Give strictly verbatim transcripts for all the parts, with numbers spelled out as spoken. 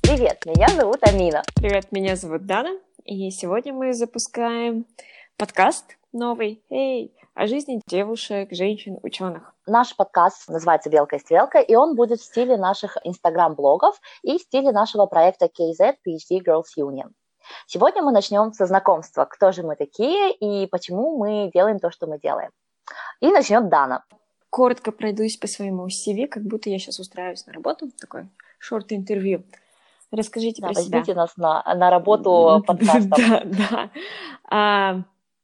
Привет, меня зовут Амина. Привет, меня зовут Дана, и сегодня мы запускаем подкаст новый, эй, о жизни девушек, женщин, ученых. Наш подкаст называется «Белка и стрелка», и он будет в стиле наших инстаграм-блогов и в стиле нашего проекта кей зет пи эйч ди Girls Union. Сегодня мы начнем со знакомства, кто же мы такие и почему мы делаем то, что мы делаем. И начнет Дана. Коротко пройдусь по своему си ви, как будто я сейчас устраиваюсь на работу, такое шорт-интервью. Расскажите да, про возьмите себя. нас на, на работу подкастом. Да, да. А,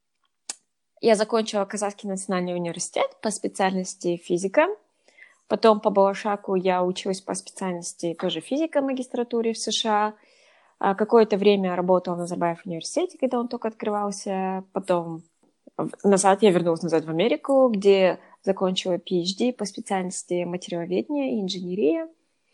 я закончила Казахский национальный университет по специальности физика. Потом по Балашаку я училась по специальности тоже физика в магистратуре в США. А, какое-то время работала в Назарбаев университете, когда он только открывался. Потом назад я вернулась назад в Америку, где закончила пи эйч ди по специальности материаловедения и инженерия.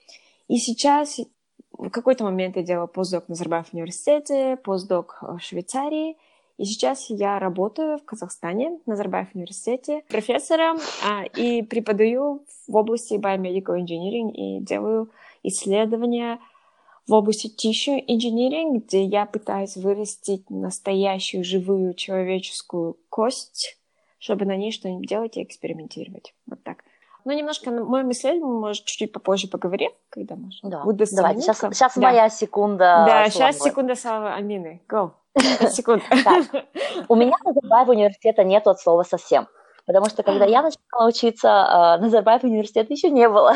И сейчас в какой-то момент я делала постдок в Назарбаев университете, постдок в Швейцарии. И сейчас я работаю в Казахстане, в Назарбаев университете, профессором а, и преподаю в области biomedical engineering и делаю исследования в области tissue engineering, где я пытаюсь вырастить настоящую живую человеческую кость, чтобы на ней что-нибудь делать и экспериментировать. Вот так. Ну, немножко о моем исследовании, может, чуть-чуть попозже поговорим, когда можно. Да. Выдастся Давайте, минутка. сейчас, сейчас Да. моя секунда Да, славы. сейчас секунда славы Амины. Go. пять секунд. Так, у меня Назарбаев университета нету от слова совсем. Потому что, когда я начинала учиться, Назарбаев университета еще не было.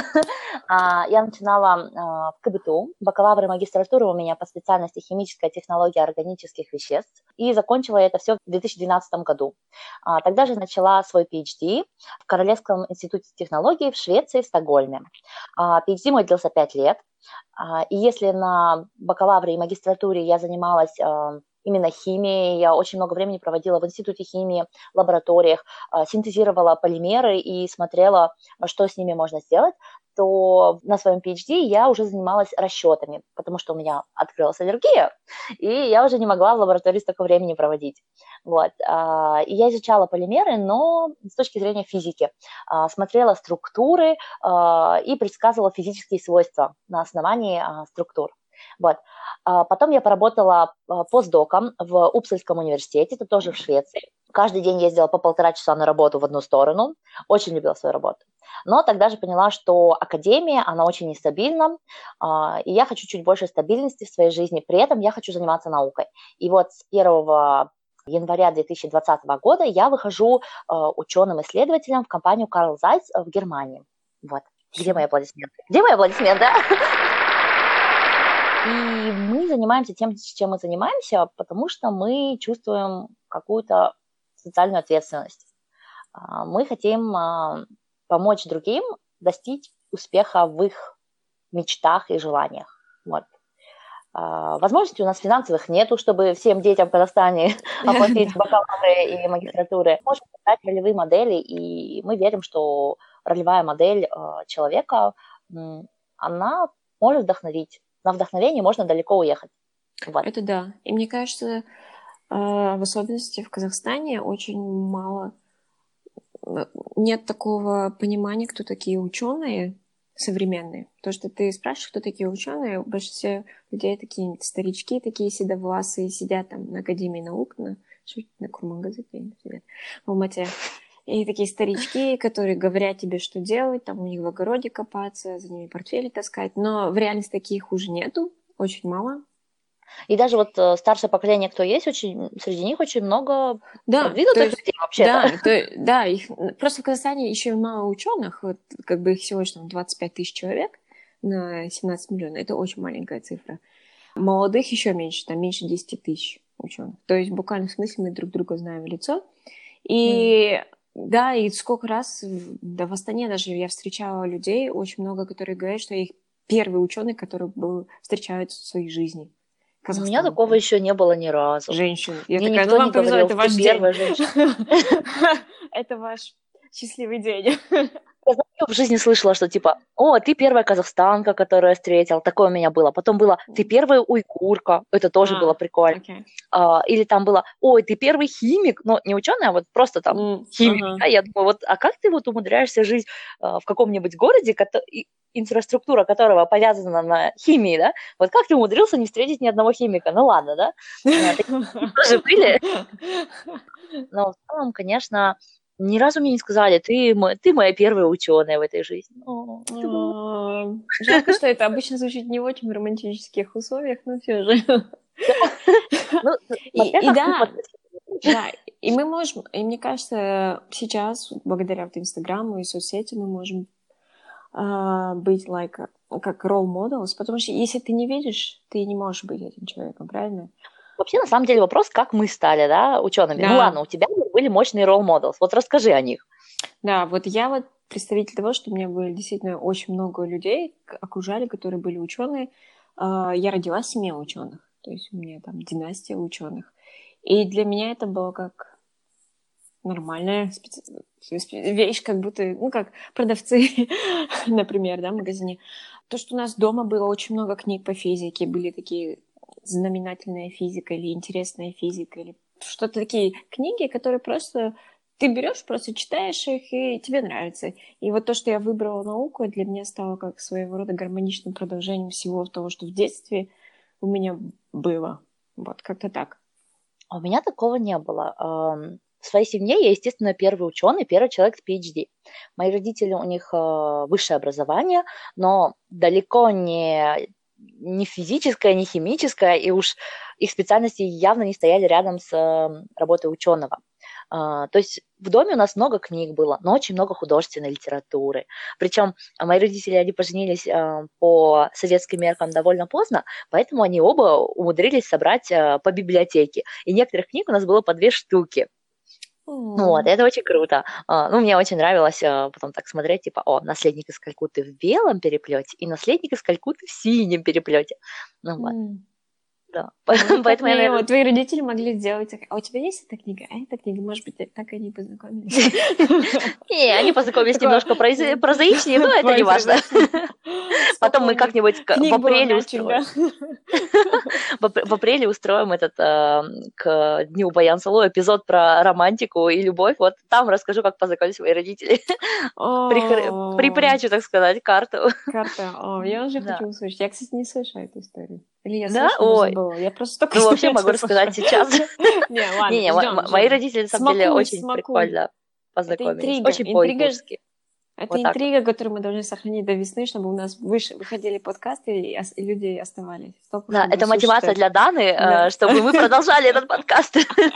Я начинала в ка бэ тэ у, бакалавр и магистратура у меня по специальности химическая технология органических веществ. И закончила это все в две тысячи двенадцатом году. Тогда же начала свой пи эйч ди в Королевском институте технологий в Швеции, в Стокгольме. пи эйч ди мой длился пять лет. И если на бакалавре и магистратуре я занималась именно химией, я очень много времени проводила в институте химии, лабораториях, синтезировала полимеры и смотрела, что с ними можно сделать, то на своем пи эйч ди я уже занималась расчетами, потому что у меня открылась аллергия, и я уже не могла в лаборатории столько времени проводить. Вот. И я изучала полимеры, но с точки зрения физики. Смотрела структуры и предсказывала физические свойства на основании структур. Вот. Потом я поработала постдоком в Упсальском университете, это тоже в Швеции. Каждый день ездила по полтора часа на работу в одну сторону. Очень любила свою работу. Но тогда же поняла, что академия, она очень нестабильна, и я хочу чуть больше стабильности в своей жизни. При этом я хочу заниматься наукой. И вот с первого января две тысячи двадцатого года я выхожу ученым-исследователем в компанию Carl Zeiss в Германии. Вот. Где мои аплодисменты? Где мои аплодисменты? И мы занимаемся тем, чем мы занимаемся, потому что мы чувствуем какую-то социальную ответственность. Мы хотим помочь другим достичь успеха в их мечтах и желаниях. Вот. Возможностей у нас финансовых нету, чтобы всем детям в Казахстане оплатить бакалавры и магистратуры. Мы можем создать ролевые модели, и мы верим, что ролевая модель человека, она может вдохновить. На вдохновение можно далеко уехать. Вот. Это да. И мне кажется, в особенности в Казахстане очень мало, нет такого понимания, кто такие ученые современные. То, что ты спрашиваешь, кто такие ученые, большинство людей такие старички, такие седовласые, сидят там на Академии наук, на, на Курмангазыке сидят, в Алмате. И такие старички, которые говорят тебе, что делать, там у них в огороде копаться, за ними портфели таскать. Но в реальности таких уже нету, очень мало. И даже вот э, старшее поколение, кто есть, очень, среди них очень много да, продвинутых есть, людей вообще-то. Да, то, да их, просто в Казахстане еще мало ученых, вот, как бы их всего лишь там двадцать пять тысяч человек на семнадцать миллионов. Это очень маленькая цифра. Молодых еще меньше, там меньше десять тысяч ученых. То есть в буквальном смысле мы друг друга знаем в лицо. И... Mm. Да, и сколько раз, да, в Астане даже я встречала людей, очень много, которые говорят, что их первый ученый, который был, встречаются в своей жизни. У меня такого еще не было ни разу. Женщин. Я Мне такая, никто ну, не говорил, это ваш первая женщина. Это ваш счастливый день. Я в жизни слышала, что типа, о, ты первая казахстанка, которую я встретил, такое у меня было. Потом было, ты первая уйгурка, это тоже было А, прикольно. окей. А, или там было, ой, ты первый химик, но не ученый, а вот просто там М, химик. ага. Да? Я думаю, вот, а как ты вот умудряешься жить а, в каком-нибудь городе, кото- и- инфраструктура которого повязана на химии, да? Вот как ты умудрился не встретить ни одного химика? Ну ладно, да? А, такие тоже были. Но в целом, конечно, ни разу мне не сказали, ты, мо- ты моя первая ученая в этой жизни. О, это было... А, жалко, что это обычно звучит не в очень романтических условиях, но все же. Ну, И, смотря и как ты да, подходишь. да, и мы можем, и мне кажется, сейчас, благодаря вот Инстаграму и соцсетям, мы можем а, быть like, как role models, потому что если ты не видишь, ты не можешь быть этим человеком, правильно? Вообще, на самом деле, вопрос, как мы стали, да, учеными. Ну Да, ладно, у тебя были мощные role models. Вот расскажи о них. да, вот я вот представитель того, что у меня было действительно очень много людей к- окружали, которые были ученые. А, Я родилась в семье ученых, то есть у меня там династия ученых. И для меня это было как нормальная специ- спе- вещь, как будто, ну, как продавцы, например, да, в магазине. То, что у нас дома было очень много книг по физике, были такие знаменательная физика или интересная физика, или что-то такие книги, которые просто ты берешь, просто читаешь их, и тебе нравится. И вот то, что я выбрала науку, для меня стало как своего рода гармоничным продолжением всего того, что в детстве у меня было. Вот, как-то так. А у меня такого не было. Ам, В своей семье я, естественно, первый ученый, первый человек с PhD. Мои родители, у них э, высшее образование, но далеко не, не физическое, не химическое, и уж их специальности явно не стояли рядом с э, работой ученого. А, То есть в доме у нас много книг было, но очень много художественной литературы. Причем мои родители, они поженились э, по советским меркам довольно поздно, поэтому они оба умудрились собрать э, по библиотеке. И некоторых книг у нас было по две штуки. Вот, М. это очень круто. А, Ну, мне очень нравилось а, потом так смотреть, типа, о, наследник из Калькутты в белом переплете и наследник из Калькутты в синем переплете. Ну вот, М. да. Ну, они так Поэтому я, мило. наверное... Твои родители могли сделать так. А у тебя есть эта книга? А эта книга, может быть, так они познакомились. Не, они познакомились Такое немножко произ- прозаичнее, но это не важно. прозрачное. Потом мы Спокойно. как-нибудь к- в Книг было апреле мячик, устроим. да? В ап- в апреле устроим этот а, к Дню Баян Салу эпизод про романтику и любовь. Вот там расскажу, как познакомились мои родители. Прихр- О, Припрячу, так сказать, карту. карта. О, я уже Да. хочу услышать. Я, кстати, не слышала эту историю. Или я Да? слышала, но Ой. забыла. Я просто столько Ну, вообще историй могу от тебя рассказать слышала. сейчас. Не, ладно, Не-не, мо- ждем, мо- мои ждем. родители, на самом деле, Смакуй, очень смакуй. прикольно Это познакомились. интрига. Очень Интрига по-уйгурски. Это Вот так вот. интрига, которую мы должны сохранить до весны, чтобы у нас выш... выходили подкасты и, ос- и люди оставались. Только Да, чтобы это слушать мотивация это. для Даны, Да. э, чтобы мы продолжали этот подкаст.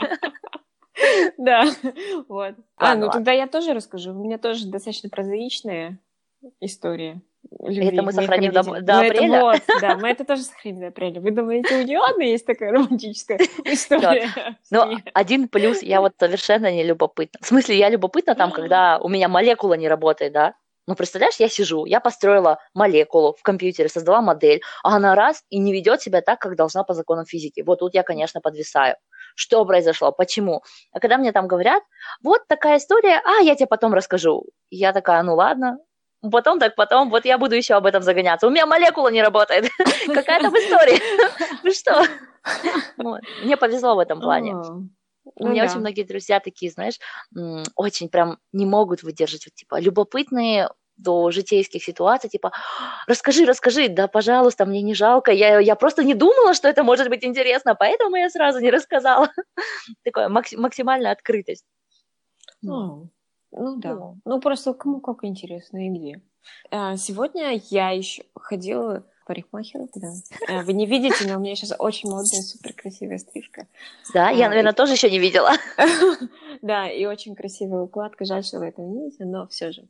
Да, вот. А, Ладно, ну ладно. тогда я тоже расскажу. У меня тоже достаточно прозаичная история Это любви мы моих сохраним до, родителей. до Но это апреля. вот, да, мы это тоже сохраним до апреля. Вы думаете, у нее одна есть такая романтическая Чёрт. история в Но семье? один плюс, я вот совершенно не любопытна. В смысле, я любопытна там, когда у меня молекула не работает, да? Ну, представляешь, я сижу, я построила молекулу в компьютере, создала модель, а она раз и не ведет себя так, как должна по законам физики. Вот тут я, конечно, подвисаю. Что произошло? Почему? А когда мне там говорят, вот такая история, а я тебе потом расскажу. Я такая, ну ладно. Потом так потом, вот я буду еще об этом загоняться. У меня молекула не работает. Какая там история? Вы что? Вот. Мне повезло в этом А, плане. У Ну меня очень да. многие друзья такие, знаешь, м, очень прям не могут выдержать, вот, типа, любопытные до житейских ситуаций, типа, расскажи, расскажи, да, пожалуйста, мне не жалко, я, я просто не думала, что это может быть интересно, поэтому я сразу не рассказала. Такая макси- максимальная открытость. Вот. А, Ну да. Ну, Ну просто кому как интересно и где. А, Сегодня я еще ходила к парикмахеру. Да. А, Вы не видите, но у меня сейчас очень модная, супер красивая стрижка. да, я, А, наверное, и- тоже еще не видела. Да, и очень красивая укладка. Жаль, что вы это не видите, но все же.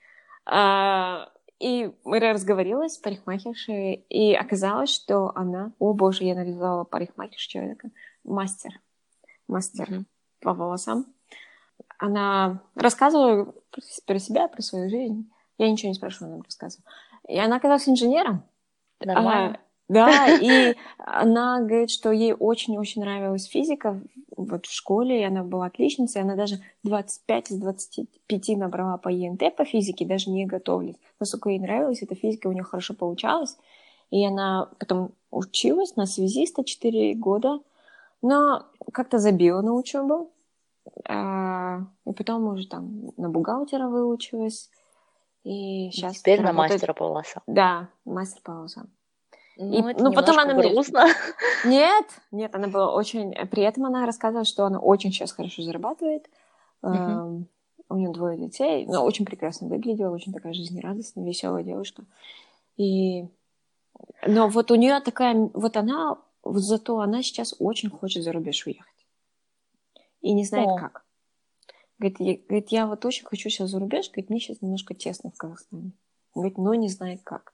А, И мы разговорилась с парикмахершей, и оказалось, что она... О боже, я навязала парикмахершу человека. Мастер. Мастер Мгм. по волосам. Она рассказывала про себя, про свою жизнь. Я ничего не спрашивала, она рассказывала. И она оказалась инженером. А, Нормально. Да, и она говорит, что ей очень-очень нравилась физика вот в школе, и она была отличницей, она даже двадцать пять из двадцати пяти набрала по Е Н Т по физике, даже не готовилась. Насколько ей нравилась эта физика, у нее хорошо получалось, и она потом училась на связиста четыре года, но как-то забила на учебу, а, и потом уже там на бухгалтера выучилась, и сейчас Теперь на работает... мастера по волосам. Да, мастер по волосам. Ну, И, это ну, потом немножко она мне... грустно. Нет, нет, она была очень... При этом она рассказывала, что она очень сейчас хорошо зарабатывает. Мгм. Эм, У нее двое детей, но очень прекрасно выглядела, очень такая жизнерадостная, веселая девушка. И... Но вот у нее такая... Вот она... Вот зато она сейчас очень хочет за рубеж уехать. И не знает, О. как. Говорит, я, говорит, я вот очень хочу сейчас за рубеж, говорит, мне сейчас немножко тесно в Казахстане. Говорит, но не знает, как.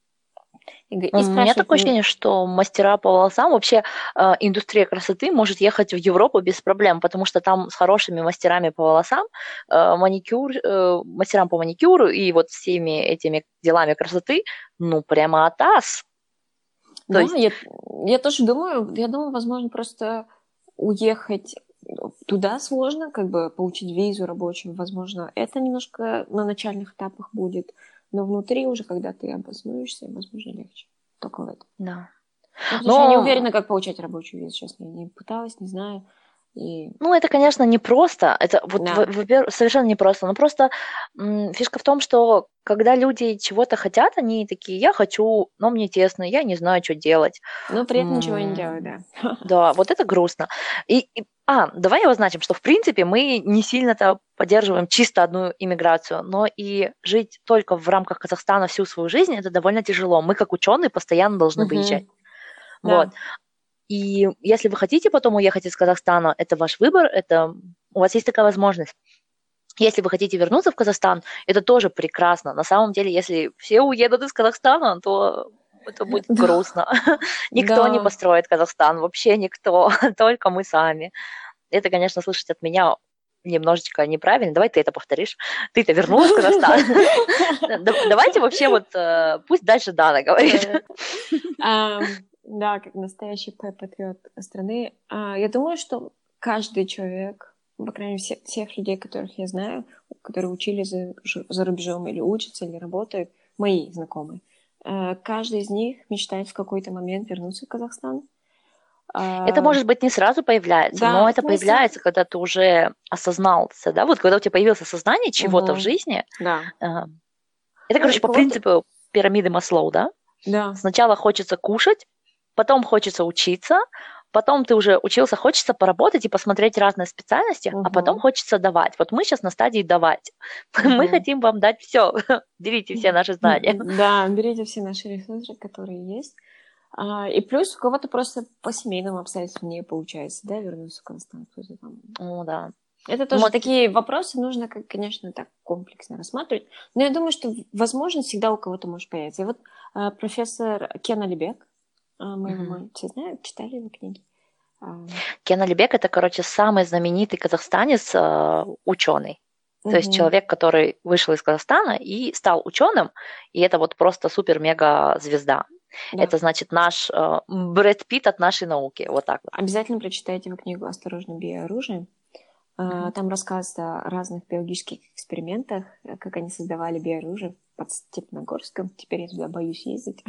И, говорит, У и меня спрашивает... такое ощущение, что мастера по волосам, вообще э, индустрия красоты может ехать в Европу без проблем, потому что там с хорошими мастерами по волосам, э, маникюр, э, мастерам по маникюру и вот всеми этими делами красоты, ну, прямо атас. То Да, есть, я, я тоже думаю, я думаю, возможно, просто уехать туда сложно, как бы получить визу рабочую, возможно, это немножко на начальных этапах будет, но внутри уже, когда ты обоснуешься, возможно, легче. Только в этом. да. Ну, потому что я не Но уверена, как получать рабочую визу, честно, я не пыталась, не знаю. И... Ну, это, конечно, непросто. Это вот, Да. во-первых, совершенно непросто. Но просто м, фишка в том, что когда люди чего-то хотят, они такие, я хочу, но мне тесно, я не знаю, что делать. Но при этом ничего не делаю, М, да. Да, вот это грустно. И, и- а, давай обозначим, что в принципе мы не сильно-то поддерживаем чисто одну иммиграцию, но и жить только в рамках Казахстана всю свою жизнь это довольно тяжело. Мы как ученые постоянно должны выезжать. Мгм. Вот. Да. И если вы хотите потом уехать из Казахстана, это ваш выбор, это у вас есть такая возможность. Если вы хотите вернуться в Казахстан, это тоже прекрасно. На самом деле, если все уедут из Казахстана, то это будет Да. грустно. Никто не Да. построит Казахстан, вообще никто, только мы сами. Это, конечно, слышать от меня немножечко неправильно. Давай ты это повторишь. Ты-то вернулась в Казахстан. Давайте вообще вот, э, пусть дальше Дана говорит. Ам, Да, как настоящий п- патриот страны. А, Я думаю, что каждый человек, по крайней мере, все- всех людей, которых я знаю, которые учились за, ж- за рубежом или учатся, или работают, мои знакомые, э, каждый из них мечтает в какой-то момент вернуться в Казахстан. Это, А, может быть, не сразу появляется, но Да, это не сразу. появляется, когда ты уже осознался, да, вот когда у тебя появилось осознание чего-то в Мгм. жизни. Да. э, Это, Ну, и короче, по кого-то... принципу пирамиды Маслоу, да? Да. Сначала хочется кушать, потом хочется учиться, потом ты уже учился, хочется поработать и посмотреть разные специальности, а потом Мгм. хочется давать. Вот мы сейчас на стадии давать. Мы Мгм. хотим вам дать все. Берите все наши знания. Да, берите все наши ресурсы, которые есть. А, и плюс у кого-то просто по семейным обстоятельствам не получается, да, вернуться в Казахстан. Кто-то там... Ну да. Это Ну тоже вот, такие вопросы нужно, как, конечно, так комплексно рассматривать. Но я думаю, что возможность всегда у кого-то может появиться. И вот а, профессор Кен Алибек, а, мы его, мгм. может, все знают, читали его книги. А, Кен Алибек – это, короче, самый знаменитый казахстанец, э, ученый. То есть мгм, человек, который вышел из Казахстана и стал ученым, и это вот просто супер-мега-звезда. да. Это значит наш э, Брэд Питт от нашей науки, вот так вот. Обязательно прочитайте его книгу «Осторожно, биооружие». А, Мгм. Там рассказывается о разных биологических экспериментах, э, как они создавали биооружие под Степногорском. Теперь я туда боюсь ездить.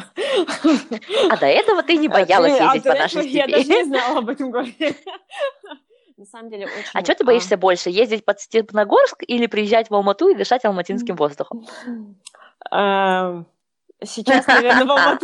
А до этого ты не А ты- боялась а ездить до по этого нашей я степи. даже не знала об этом городе. На самом деле А очень... что ты а, боишься больше, ездить под Степногорск или приезжать в Алмату и дышать алматинским воздухом? а, Сейчас, наверное, в Алматы.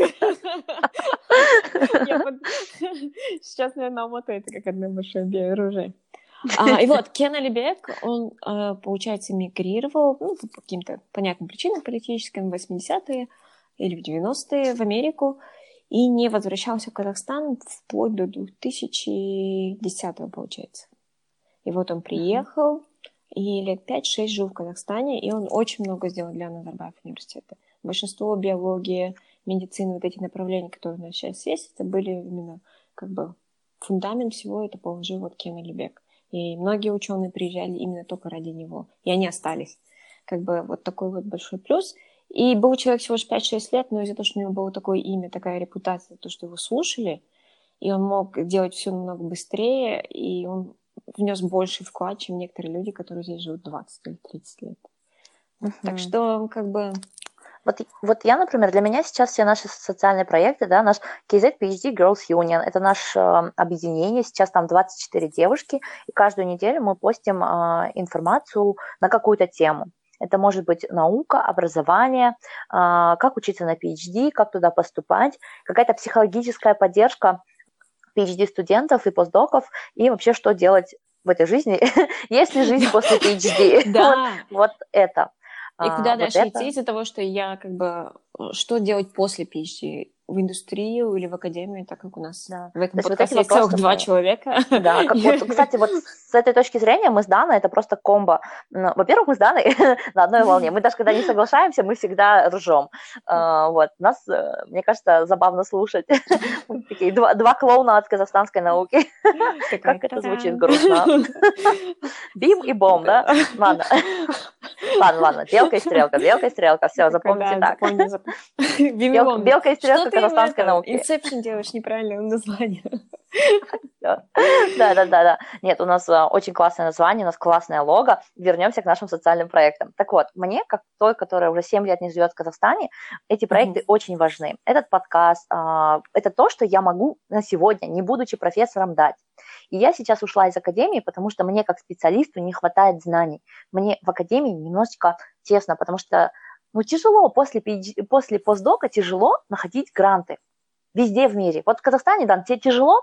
Я под- Сейчас, наверное, Алматы это как одно большое биооружие. А, и вот, Кен Алибек, он, а, получается, мигрировал ну, по каким-то понятным причинам политическим в восьмидесятые или в девяностые в Америку и не возвращался в Казахстан вплоть до две тысячи десятого, получается. И вот он Мгм. приехал и лет пять-шесть жил в Казахстане, и он очень много сделал для Назарбаев университета. Большинство биологии, медицины, вот эти направления, которые у нас сейчас есть, это были именно как бы фундамент всего это положил вот Кен Алибек. И многие ученые приезжали именно только ради него. И они остались. Как бы вот такой вот большой плюс. И был человек всего лишь пять-шесть лет, но из-за того, что у него было такое имя, такая репутация, то, что его слушали, и он мог делать все намного быстрее, и он внес больший вклад, чем некоторые люди, которые здесь живут двадцать или тридцать лет. Uh-huh. Так что, как бы... Вот, вот я, например, для меня сейчас все наши социальные проекты, да, наш кей зет пи эйч ди Girls Union, это наше э, объединение, сейчас там двадцать четыре девушки, и каждую неделю мы постим э, информацию на какую-то тему. Это может быть наука, образование, э, как учиться на пи эйч ди, как туда поступать, какая-то психологическая поддержка пи эйч ди-студентов и постдоков, и вообще, что делать в этой жизни, есть ли жизнь после пи эйч ди. Вот это. И куда а, дальше вот идти это... из-за того, что я как бы... Что делать после пи эйч ди? В индустрию или в академию, так как у нас да. в этом подкасте вот есть целых два мы... человека. Да, как вот, кстати, вот с этой точки зрения мы с Даной, это просто комбо. Ну, во-первых, мы с Даной на одной волне. Мы даже когда не соглашаемся, мы всегда ржем. Uh, вот. Нас, мне кажется, забавно слушать. Такие два, два клоуна от казахстанской науки. Как это звучит грустно. Бим и бом, да? Ладно. Ладно, ладно. Белка и стрелка, белка и стрелка. Все, запомните так. Белка и стрелка казахстанской науки. Инсепшн делаешь неправильное название. Да, да, да, да. Нет, у нас очень классное название, у нас классное лого. Вернемся к нашим социальным проектам. Так вот, мне, как той, которая уже семь лет не живет в Казахстане, эти проекты mm-hmm. очень важны. Этот подкаст, это то, что я могу на сегодня, не будучи профессором, дать. И я сейчас ушла из академии, потому что мне, как специалисту, не хватает знаний. Мне в академии немножечко тесно, потому что ну, тяжело, после, после постдока тяжело находить гранты везде в мире. Вот в Казахстане, да, тебе тяжело?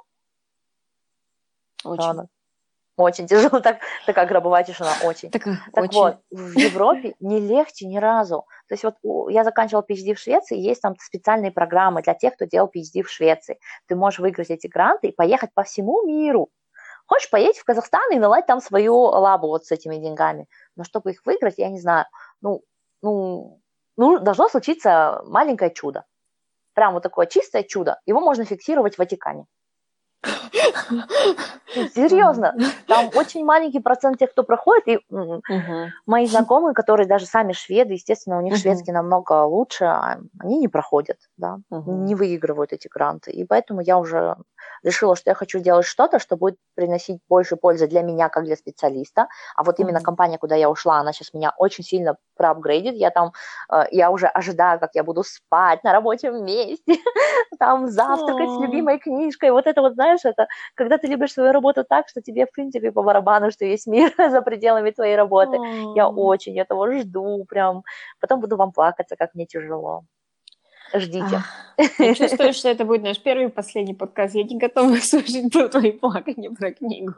Очень. Да, очень тяжело, так, такая гробовая тишина, очень. Так, так очень. Вот, в Европе не легче ни разу. То есть вот я заканчивала пи эйч ди в Швеции, есть там специальные программы для тех, кто делал пи эйч ди в Швеции. Ты можешь выиграть эти гранты и поехать по всему миру. Хочешь поедешь в Казахстан и наладить там свою лабу вот с этими деньгами. Но чтобы их выиграть, я не знаю, ну, ну, ну должно случиться маленькое чудо. Прям вот такое чистое чудо. Его можно фиксировать в Ватикане. Серьезно, там очень маленький процент тех, кто проходит, и uh-huh. мои знакомые, которые даже сами шведы, естественно, у них uh-huh. шведский намного лучше, они не проходят, да, uh-huh. не выигрывают эти гранты, и поэтому я уже решила, что я хочу делать что-то, что будет приносить больше пользы для меня, как для специалиста, а вот uh-huh. именно компания, куда я ушла, она сейчас меня очень сильно проапгрейдит, я там, я уже ожидаю, как я буду спать на рабочем месте, там завтракать uh-huh. с любимой книжкой, вот это вот, знаешь, это когда ты любишь свою работу так, что тебе, в принципе, по барабану, что есть мир за пределами твоей работы. Oh. Я очень этого жду, прям. Потом буду вам плакаться, как мне тяжело. Ждите. Ah. Я чувствую, что это будет наш первый и последний подкаст. Я не готова слушать про твои плакания про книгу.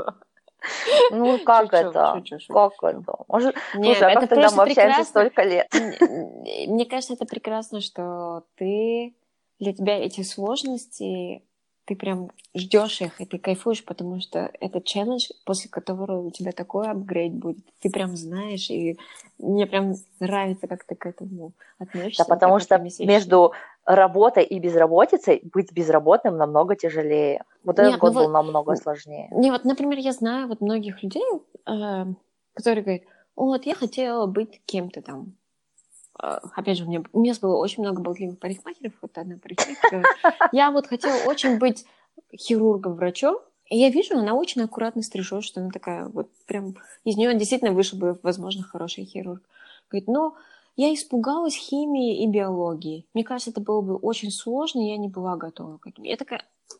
Ну, как шучу, это? Шучу, шучу, как шучу. это? Может, Нет, слушай, а это как тогда мы общаемся столько лет? Мне кажется, это прекрасно, что ты... Для тебя эти сложности... Ты прям ждешь их, и ты кайфуешь, потому что это челлендж, после которого у тебя такой апгрейд будет. Ты прям знаешь, и мне прям нравится, как ты к этому относишься. Да, потому что между работой и безработицей быть безработным намного тяжелее. Вот этот Нет, год ну был вот, намного сложнее. Не, вот, например, я знаю вот многих людей, э, которые говорят, вот, я хотела быть кем-то там. Опять же, у меня, у меня было очень много болтливых парикмахеров, вот одна парикмахерка. Я вот хотела очень быть хирургом-врачом, и я вижу, она очень аккуратно стрижет, что она такая вот прям... Из нее действительно вышел бы, возможно, хороший хирург. Говорит, но я испугалась химии и биологии. Мне кажется, это было бы очень сложно, и я не была готова к этому. Я такая...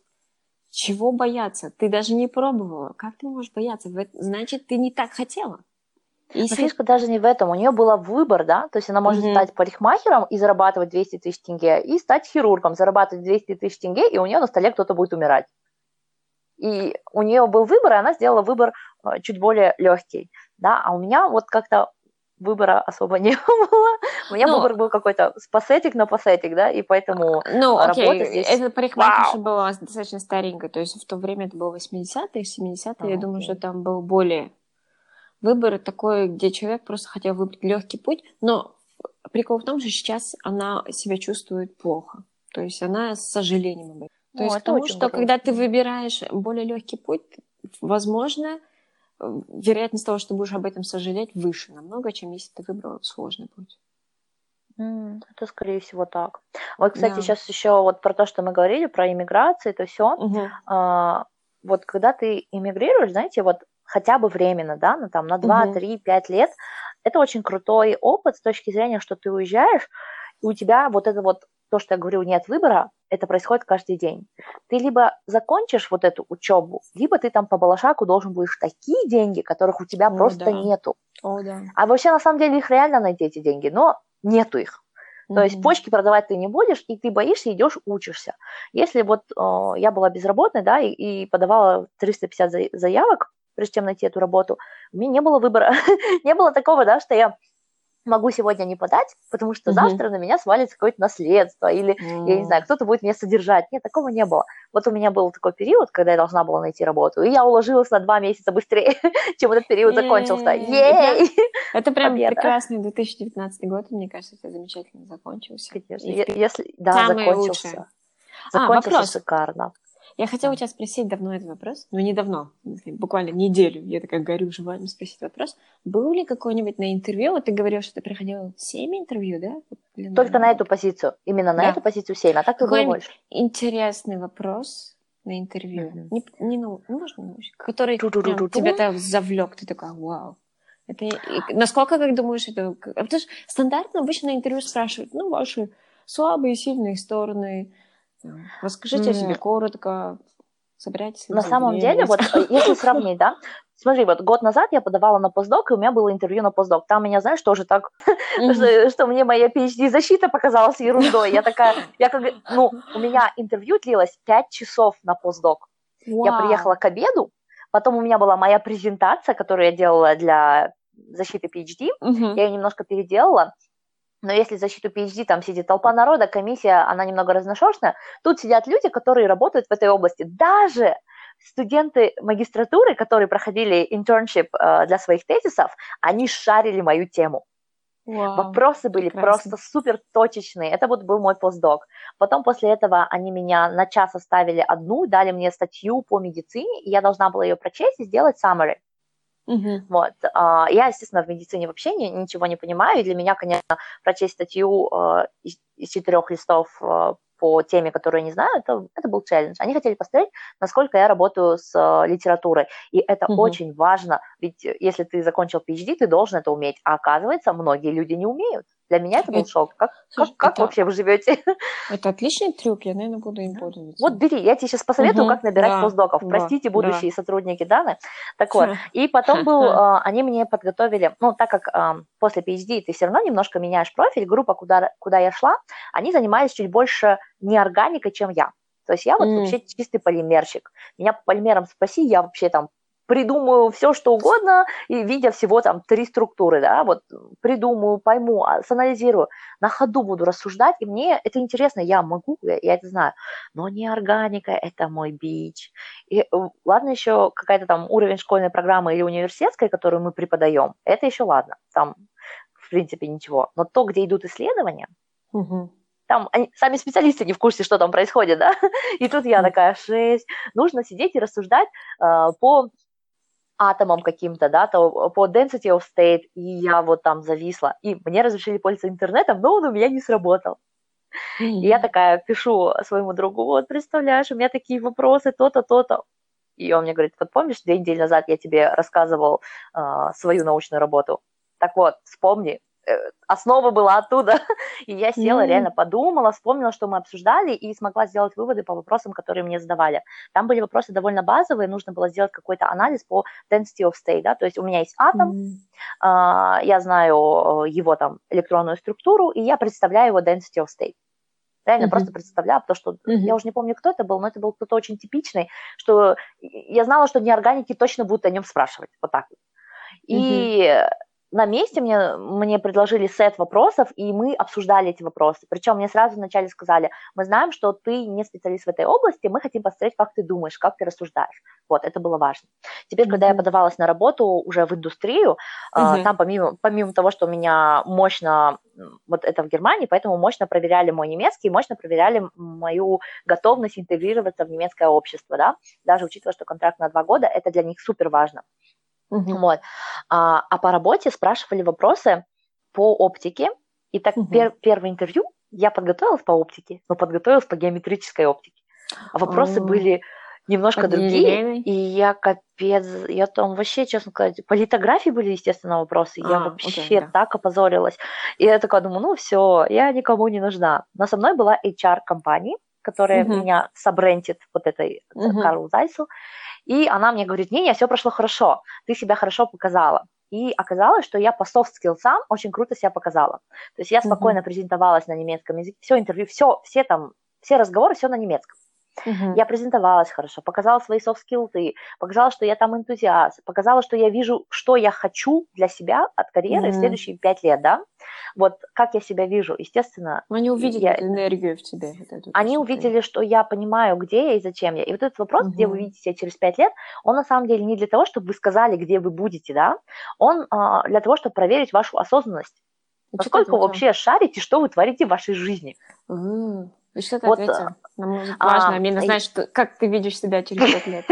Чего бояться? Ты даже не пробовала. Как ты можешь бояться? Значит, ты не так хотела. Если... Но фишка даже не в этом. У нее был выбор, да, то есть она может mm-hmm. стать парикмахером и зарабатывать двести тысяч тенге, и стать хирургом, зарабатывать двести тысяч тенге, и у нее на столе кто-то будет умирать. И у нее был выбор, и она сделала выбор чуть более легкий, да, а у меня вот как-то выбора особо не было. У меня ну, выбор был какой-то с пассетик на пассетик, да, и поэтому ну, работа окей. здесь... Эта парикмахерша была достаточно старенькая, то есть в то время это было восьмидесятые, семидесятые, а, я думаю, окей. что там был более... Выбор такой, где человек просто хотел выбрать легкий путь, но прикол в том, что сейчас она себя чувствует плохо. То есть она с сожалением об этом. То О, есть потому что, грустно. Когда ты выбираешь более легкий путь, возможно, вероятность того, что ты будешь об этом сожалеть, выше намного, чем если ты выбрал сложный путь. М, Это, скорее всего, так. Вот, кстати, Да. сейчас еще вот про то, что мы говорили, про иммиграцию, это все. Мгм. Вот когда ты иммигрируешь, знаете, вот хотя бы временно, да, ну, там, на два, Мгм. три, пять лет, это очень крутой опыт с точки зрения, что ты уезжаешь, и у тебя вот это вот, то, что я говорю, нет выбора, это происходит каждый день. Ты либо закончишь вот эту учебу, либо ты там по балашаку должен будешь такие деньги, которых у тебя О, просто да. нету. О, да. А вообще, на самом деле, их реально найти, эти деньги, но нету их. То есть Мгм. почки продавать ты не будешь, и ты боишься, идешь, учишься. Если вот э, я была безработной, да, и, и подавала триста пятьдесят за- заявок, прежде чем найти эту работу, у меня не было выбора. Не было такого, да, что я могу сегодня не подать, потому что Мгм. завтра на меня свалится какое-то наследство, или, я не знаю, М. кто-то будет меня содержать. Нет, такого не было. Вот у меня был такой период, когда я должна была найти работу, и я уложилась на два месяца быстрее, чем этот период закончился. Э, И прям, Ей! это прям Победа! прекрасный две тысячи девятнадцатый год, мне кажется, это замечательно закончился. Конечно. И Е- вперед Если, да, самое лучшее. закончился. А, Закончился вопрос. шикарно. Я хотела у Да. тебя спросить давно этот вопрос, ну не давно, в смысле, буквально неделю, я такая горю желанием спросить вопрос. Был ли какой-нибудь на интервью, вот ты говорил, что ты проходила семь интервью, да? Вот для новой Только на эту работы. позицию. Именно на эту Да. позицию семь, а так их было Какой-нибудь больше. интересный вопрос на интервью, Мгм. не, не нау- ну, можно научить, который прям Ту-ту-ту-ту-ту. тебя-то завлек, ты такая, вау. Это, и насколько, как думаешь, это... как- а Потому что стандартно обычно на интервью спрашивают, ну, ваши слабые и сильные стороны, там, расскажите о себе М, коротко, собираетесь ли На вы самом деле, забеременеть. вот э, если сравнить, да, смотри, вот год назад я подавала на постдок, и у меня было интервью на постдок. Там меня, знаешь, тоже так, Мгм. что, что мне моя пи эйч ди-защита показалась ерундой. Я такая, я как, ну, у меня интервью длилось пять часов на постдок. Я приехала Вау. к обеду, потом у меня была моя презентация, которую я делала для защиты пи эйч ди, Мгм. я ее немножко переделала, но если защиту пи эйч ди там сидит толпа народа, комиссия, она немного разношерстная, тут сидят люди, которые работают в этой области. Даже студенты магистратуры, которые проходили internship э, для своих тезисов, они шарили мою тему. Вау. Вопросы были Прекрасно. просто супер точечные. Это вот был мой постдок. Потом после этого они меня на час оставили одну, дали мне статью по медицине, и я должна была ее прочесть и сделать summary. Мгм. Вот. а, Я, естественно, в медицине вообще ни- ничего не понимаю, и для меня, конечно, прочесть статью э, из, из четырех листов э, по теме, которую я не знаю, это, это был челлендж. Они хотели посмотреть, насколько я работаю с э, литературой, и это Мгм. очень важно, ведь э, если ты закончил пи эйч ди, ты должен это уметь, а оказывается, многие люди не умеют. Для меня это был Это, шок. Как, как, слушай, как это, вообще вы живете? это отличный трюк, я, наверное, буду им Да. Вот пользоваться. бери, я тебе сейчас посоветую, как Мгм. набирать Да, постдоков. да, Простите, да. будущие сотрудники Даны. Так вот, Ха, и потом ха, был, ха. э, они мне подготовили, ну, так как э, после пи эйч ди ты все равно немножко меняешь профиль, группа, куда, куда я шла, они занимались чуть больше неорганикой, чем я. То есть я вот М. вообще чистый полимерщик. Меня по полимерам спроси, я вообще там придумаю все, что угодно, и видя всего там три структуры, да, вот придумаю, пойму, а, санализирую, на ходу буду рассуждать, и мне это интересно, я могу, я, я это знаю, но не органика, это мой бич. И, э, ладно еще какая-то там уровень школьной программы или университетской, которую мы преподаем, это еще ладно, там в принципе ничего, но то, где идут исследования, Мгм. там они, сами специалисты не в курсе, что там происходит, да, и тут я М. такая, шесть, нужно сидеть и рассуждать э, по атомом каким-то, да, то по density of state, и я вот там зависла. И мне разрешили пользоваться интернетом, но он у меня не сработал. И я М. такая пишу своему другу, вот, представляешь, у меня такие вопросы, то-то, то-то. И он мне говорит, вот помнишь, две недели назад я тебе рассказывал э, свою научную работу? Так вот, вспомни, э, основа была оттуда. И я села, реально М. подумала, вспомнила, что мы обсуждали, и смогла сделать выводы по вопросам, которые мне задавали. Там были вопросы довольно базовые, нужно было сделать какой-то анализ по density of state, да, то есть у меня есть атом, М. э, я знаю его там электронную структуру, и я представляю его density of state. Реально просто Мгм. представляла, потому что я Мгм. уже не помню, кто это был, но это был кто-то очень типичный, что я знала, что неорганики точно будут о нем спрашивать. Вот так вот. Мгм. И на месте мне, мне предложили сет вопросов, и мы обсуждали эти вопросы. Причем мне сразу вначале сказали, мы знаем, что ты не специалист в этой области, мы хотим посмотреть, как ты думаешь, как ты рассуждаешь. Вот, это было важно. Теперь, когда я Мгм. подавалась на работу уже в индустрию, а, Мгм. там помимо, помимо того, что у меня мощно, м, вот это в Германии, поэтому мощно проверяли мой немецкий, мощно проверяли м- мою готовность интегрироваться в немецкое общество, да, даже учитывая, что контракт на два года, это для них супер важно. Мгм. Вот. А, а по работе спрашивали вопросы по оптике, И так Мгм. пер- первое интервью я подготовилась по оптике, но подготовилась по геометрической оптике. А вопросы А, были немножко Под другие, нелинейной? и я капец, я там вообще, честно сказать, по литографии были, естественно, вопросы, я А, окей, вообще да. так опозорилась. И я такая думаю, ну все, я никому не нужна. Но со мной была эйч ар компании, которая Мгм. меня сабрентит вот этой Мгм. Карлу Зайсу, и она мне говорит, не, не, все прошло хорошо, ты себя хорошо показала. И оказалось, что я по софт-скиллсам очень круто себя показала. То есть я Мгм. спокойно презентовалась на немецком языке, все интервью, все, все там, все разговоры, все на немецком. Мгм. Я презентовалась хорошо, показала свои софт-скиллы, показала, что я там энтузиаст, показала, что я вижу, что я хочу для себя от карьеры в Мгм. следующие пять лет, да. Вот как я себя вижу, естественно, Но они увидели я, эту энергию в тебе. Вот эту, то, они что ты... увидели, что я понимаю, где я и зачем я. И вот этот вопрос, где вы Мгм. видите себя через пять лет, он на самом деле не для того, чтобы вы сказали, где вы будете, да, он а, для того, чтобы проверить вашу осознанность. И что ты Насколько вы ответила? вообще шарите, что вы творите в вашей жизни. М, И что ты Вот, ответила? Нам важно, а, Амина, и- знать, что, как ты видишь себя через пять лет.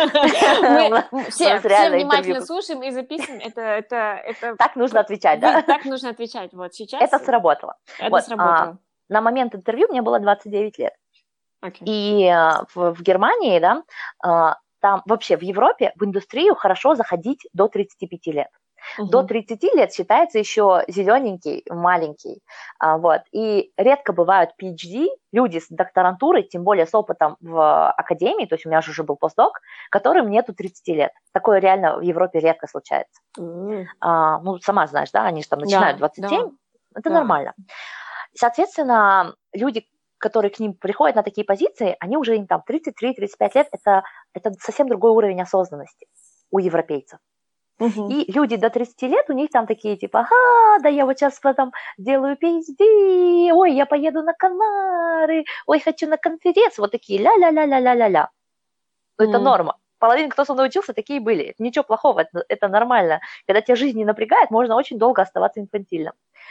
у Мы нас м, у все, нас все реально интервью. внимательно слушаем и записываем. Это, это, это, Так нужно п- отвечать, вы- да? так нужно отвечать. Вот сейчас Это сработало. это Вот, а, сработало. на момент интервью мне было двадцать девять лет. Окей. И а, в, в Германии, да, а, там вообще в Европе в индустрию хорошо заходить до тридцати пяти лет. До Мгм. тридцати лет считается еще зелененький, маленький. А, вот. И редко бывают пи эйч ди, люди с докторантурой, тем более с опытом в академии, то есть у меня же уже был постдок, которым нету тридцати лет. Такое реально в Европе редко случается. М, А, ну, сама знаешь, да, они же там начинают Да, двадцать семь, да, это да. нормально. Соответственно, люди, которые к ним приходят на такие позиции, они уже им там тридцать три тридцать пять лет, это, это совсем другой уровень осознанности у европейцев. Мгм. И люди до тридцати лет, у них там такие типа, ага, да я вот сейчас потом делаю пи эйч ди, ой, я поеду на Канары, ой, хочу на конференцию, вот такие ля-ля-ля-ля-ля-ля-ля. Ну, это М, норма. Половина, кто со мной учился, такие были. Ничего плохого, это, это нормально. Когда тебя жизнь не напрягает, можно очень долго оставаться инфантильным.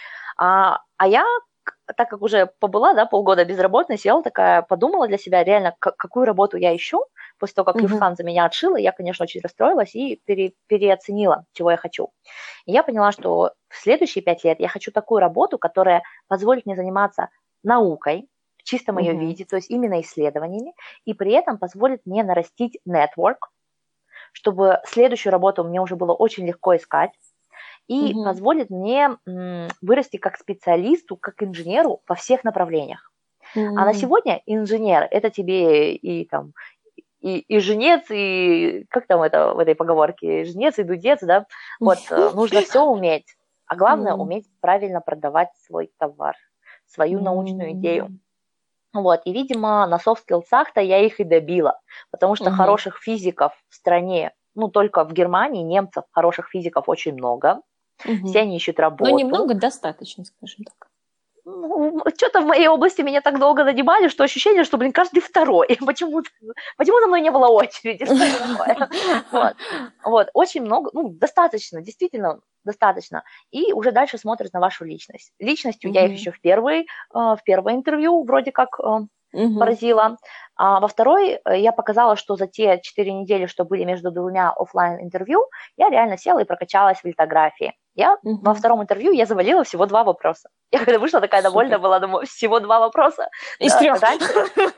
А, а я, так как уже побыла, да, полгода безработной, села такая, подумала для себя реально, к- какую работу я ищу. После того, как мгм. Люфтханза меня отшила, я, конечно, очень расстроилась и пере, переоценила, чего я хочу. И я поняла, что в следующие пять лет я хочу такую работу, которая позволит мне заниматься наукой в чистом ее Мгм. виде, то есть именно исследованиями, и при этом позволит мне нарастить network, чтобы следующую работу мне уже было очень легко искать, и Мгм. позволит мне м, вырасти как специалисту, как инженеру во всех направлениях. А на М. сегодня инженер – это тебе и там и, и жнец, и как там это в этой поговорке, жнец и дудец, да, вот э, нужно все уметь, а главное М. уметь правильно продавать свой товар, свою научную идею. М. Вот, и, видимо, на софт-скиллсах-то я их и добила, потому что Мгм. хороших физиков в стране, ну, только в Германии немцев хороших физиков очень много, все Мгм. они ищут Но работу. немного достаточно, скажем так. Ну, что-то в моей области меня так долго нанимали, что ощущение, что, блин, каждый второй. Почему, почему за мной не было очереди? Что это такое? Вот. Вот. Очень много, ну, достаточно, действительно достаточно. И уже дальше смотрят на вашу личность. Личностью я их Мгм. еще в первый, э, в первое интервью вроде как э, Мгм. поразила. А во второй э, я показала, что за те четыре недели, что были между двумя оффлайн интервью, я реально села и прокачалась в литографии. Я во Мгм. втором интервью я завалила всего два вопроса. Я когда вышла, такая довольна Супер. была, думаю, всего два вопроса. Из Да, трех. раньше...